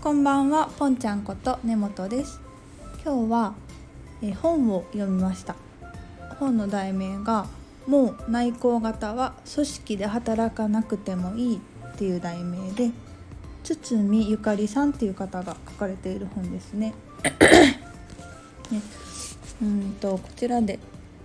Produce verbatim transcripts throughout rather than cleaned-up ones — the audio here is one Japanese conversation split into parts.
こんばんは、ぽんちゃんこと根本です。今日はえ本を読みました。本の題名がもう内向型は組織で働かなくてもいいっていう題名で、堤ゆかりさんっていう方が書かれている本ですね。ねうんとこちらで、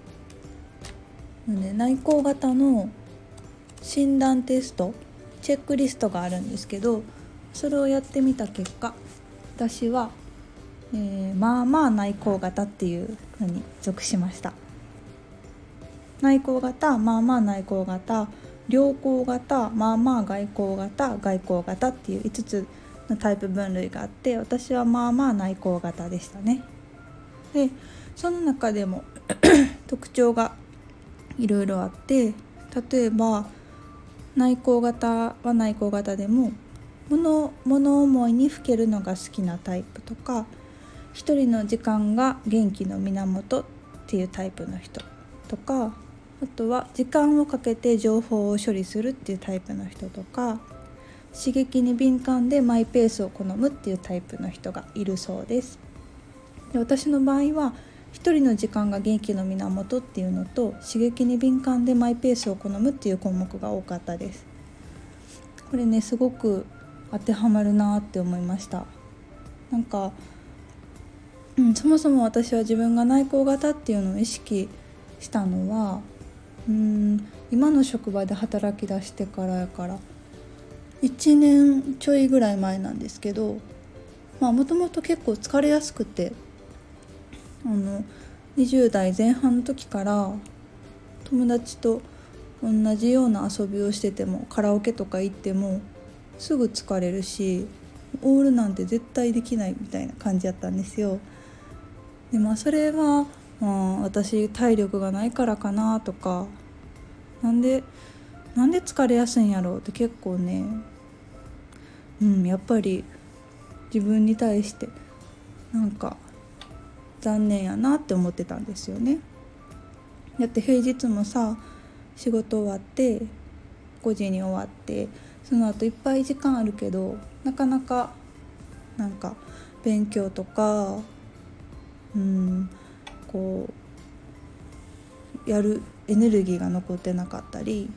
ね、内向型の診断テストチェックリストがあるんですけど、それをやってみた結果、私は、えー、まあまあ内向型っていうのに属しました。内向型、まあまあ内向型、良好型、まあまあ外向型、外向型っていういつつのタイプ分類があって、私はまあまあ内向型でしたね。で、その中でも特徴がいろいろあって、例えば内向型は内向型でも物, 物思いにふけるのが好きなタイプとか、一人の時間が元気の源っていうタイプの人とか、あとは時間をかけて情報を処理するっていうタイプの人とか、刺激に敏感でマイペースを好むっていうタイプの人がいるそうです。で、私の場合は一人の時間が元気の源っていうのと、刺激に敏感でマイペースを好むっていう項目が多かったです。これね、すごく当てはまるなって思いました。なんか、うん、そもそも私は自分が内向型っていうのを意識したのは、うーん今の職場で働き出してからやからいちねんちょいぐらい前なんですけど、まあもともと結構疲れやすくて、あのにじゅう代前半の時から友達と同じような遊びをしてても、カラオケとか行ってもすぐ疲れるし、オールなんて絶対できないみたいな感じだったんですよ。で、まあそれは、まあ、私体力がないからかなとか、なんでなんで疲れやすいんやろうって結構ね、うんやっぱり自分に対してなんか残念やなって思ってたんですよね。だって平日もさ、仕事終わってごじに終わって、その後いっぱい時間あるけど、なかなかなんか勉強とかうんこうやるエネルギーが残ってなかったり、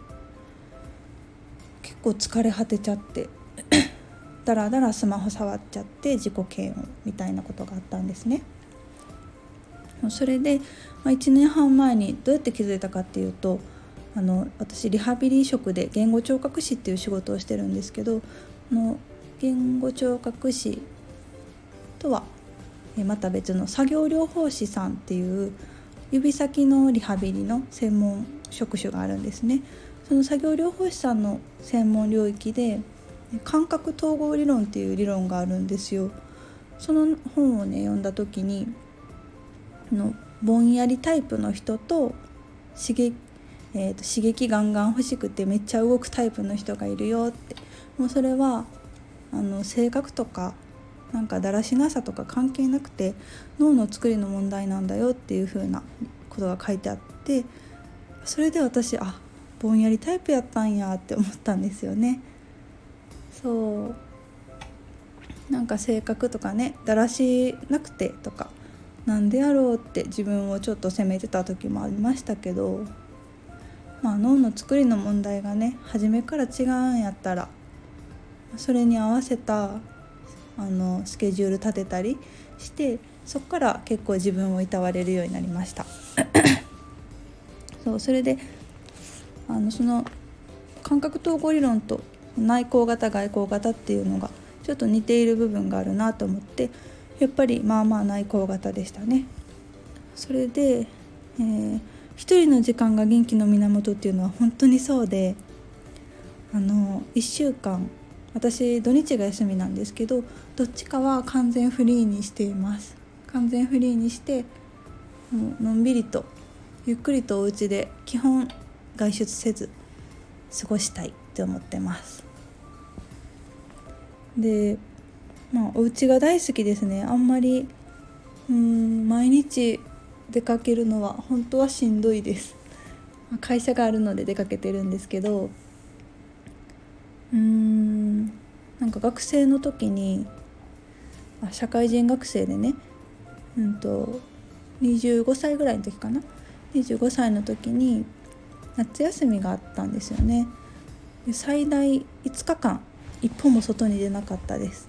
結構疲れ果てちゃってだらだらスマホ触っちゃって自己嫌悪みたいなことがあったんですね。それで、まあ、いちねんはん前にどうやって気づいたかっていうと、あの私リハビリ職で言語聴覚士っていう仕事をしてるんですけど、の言語聴覚士とはまた別の作業療法士さんっていう指先のリハビリの専門職種があるんですね。その作業療法士さんの専門領域で感覚統合理論っていう理論があるんですよ。その本をね読んだ時に、のぼんやりタイプの人と刺激、えーと、刺激ガンガン欲しくてめっちゃ動くタイプの人がいるよって、もうそれはあの性格とかなんかだらしなさとか関係なくて脳の作りの問題なんだよっていう風なことが書いてあって、それで私あぼんやりタイプやったんやって思ったんですよね。そうなんか性格とかね、だらしなくてとかなんでやろうって自分をちょっと責めてた時もありましたけど、まあ脳の作りの問題がね初めから違うんやったら、それに合わせたあのスケジュール立てたりして、そこから結構自分をいたわれるようになりましたそうそれであのその感覚統合理論と内向型外向型っていうのがちょっと似ている部分があるなと思って、やっぱりまあまあ内向型でしたね。それで、えー、一人の時間が元気の源っていうのは本当にそうで、あのいっしゅうかん私土日が休みなんですけど、どっちかは完全フリーにしています。完全フリーにしてもうのんびりとゆっくりとお家で基本外出せず過ごしたいって思ってます。で、まあお家が大好きですね。あんまりうーん毎日出かけるのは本当はしんどいです。会社があるので出かけてるんですけど、うーんなんか学生の時に社会人学生でね、うんとにじゅうごさいぐらいの時かなにじゅうごさいの時に夏休みがあったんですよね。で最大いつかかん一歩も外に出なかったです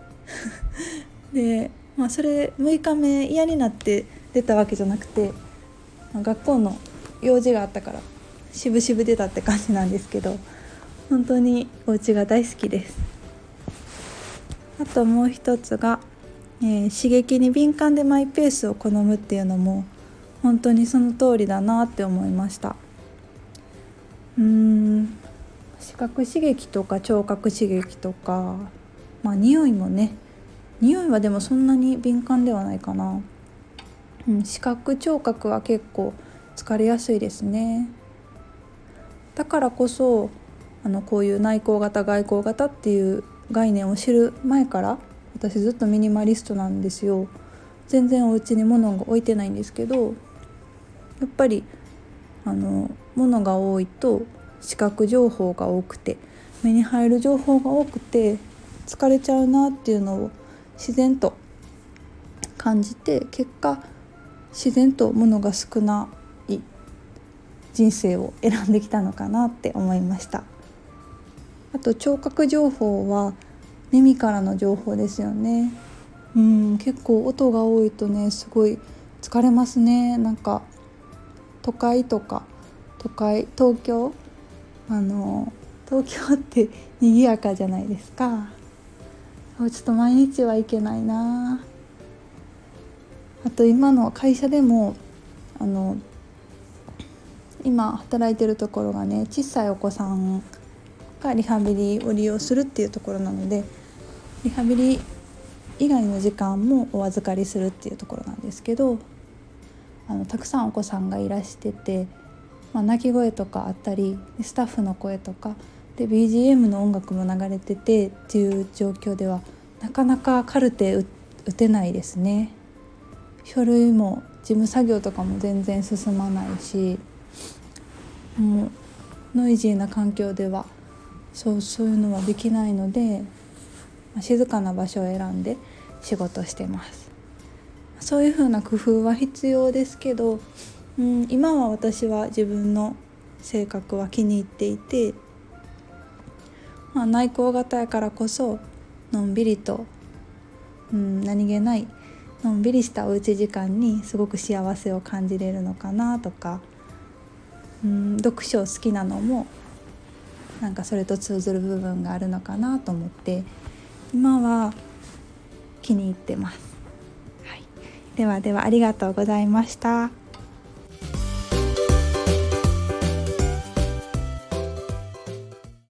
で、まあ、それむいかめ嫌になって出たわけじゃなくて、まあ、学校の用事があったからしぶしぶ出たって感じなんですけど、本当にお家が大好きです。あともう一つが、えー、刺激に敏感でマイペースを好むっていうのも本当にその通りだなって思いました。うーん視覚刺激とか聴覚刺激とか、まあ匂いもね、匂いはでもそんなに敏感ではないかな、うん、視覚聴覚は結構疲れやすいですね。だからこそあのこういう内向型外向型っていう概念を知る前から私ずっとミニマリストなんですよ。全然お家に物が置いてないんですけど、やっぱりあの物が多いと視覚情報が多くて目に入る情報が多くて疲れちゃうなっていうのを自然と感じて、結果自然と物が少ない人生を選んできたのかなって思いました。あと聴覚情報は耳からの情報ですよね。うん結構音が多いとねすごい疲れますね。なんか都会とか都会東京あの東京って賑やかじゃないですか。ちょっと毎日は行けないな。あと今の会社でもあの今働いてるところがね、小さいお子さんがリハビリを利用するっていうところなので、リハビリ以外の時間もお預かりするっていうところなんですけど、あのたくさんお子さんがいらしてて、まあ、泣き声とかあったりスタッフの声とかで ビージーエム の音楽も流れててっていう状況ではなかなかカルテ打てないですね。書類も事務作業とかも全然進まないし、もうノイジーな環境ではそうそういうのはできないので、まあ、静かな場所を選んで仕事してます。そういう風な工夫は必要ですけど、うん、今は私は自分の性格は気に入っていて、まあ、内向型やからこそのんびりと、うん、何気ないのんびりしたおうち時間にすごく幸せを感じれるのかなとか、うん、読書好きなのもなんかそれと通ずる部分があるのかなと思って今は気に入ってます。はい、ではではありがとうございました。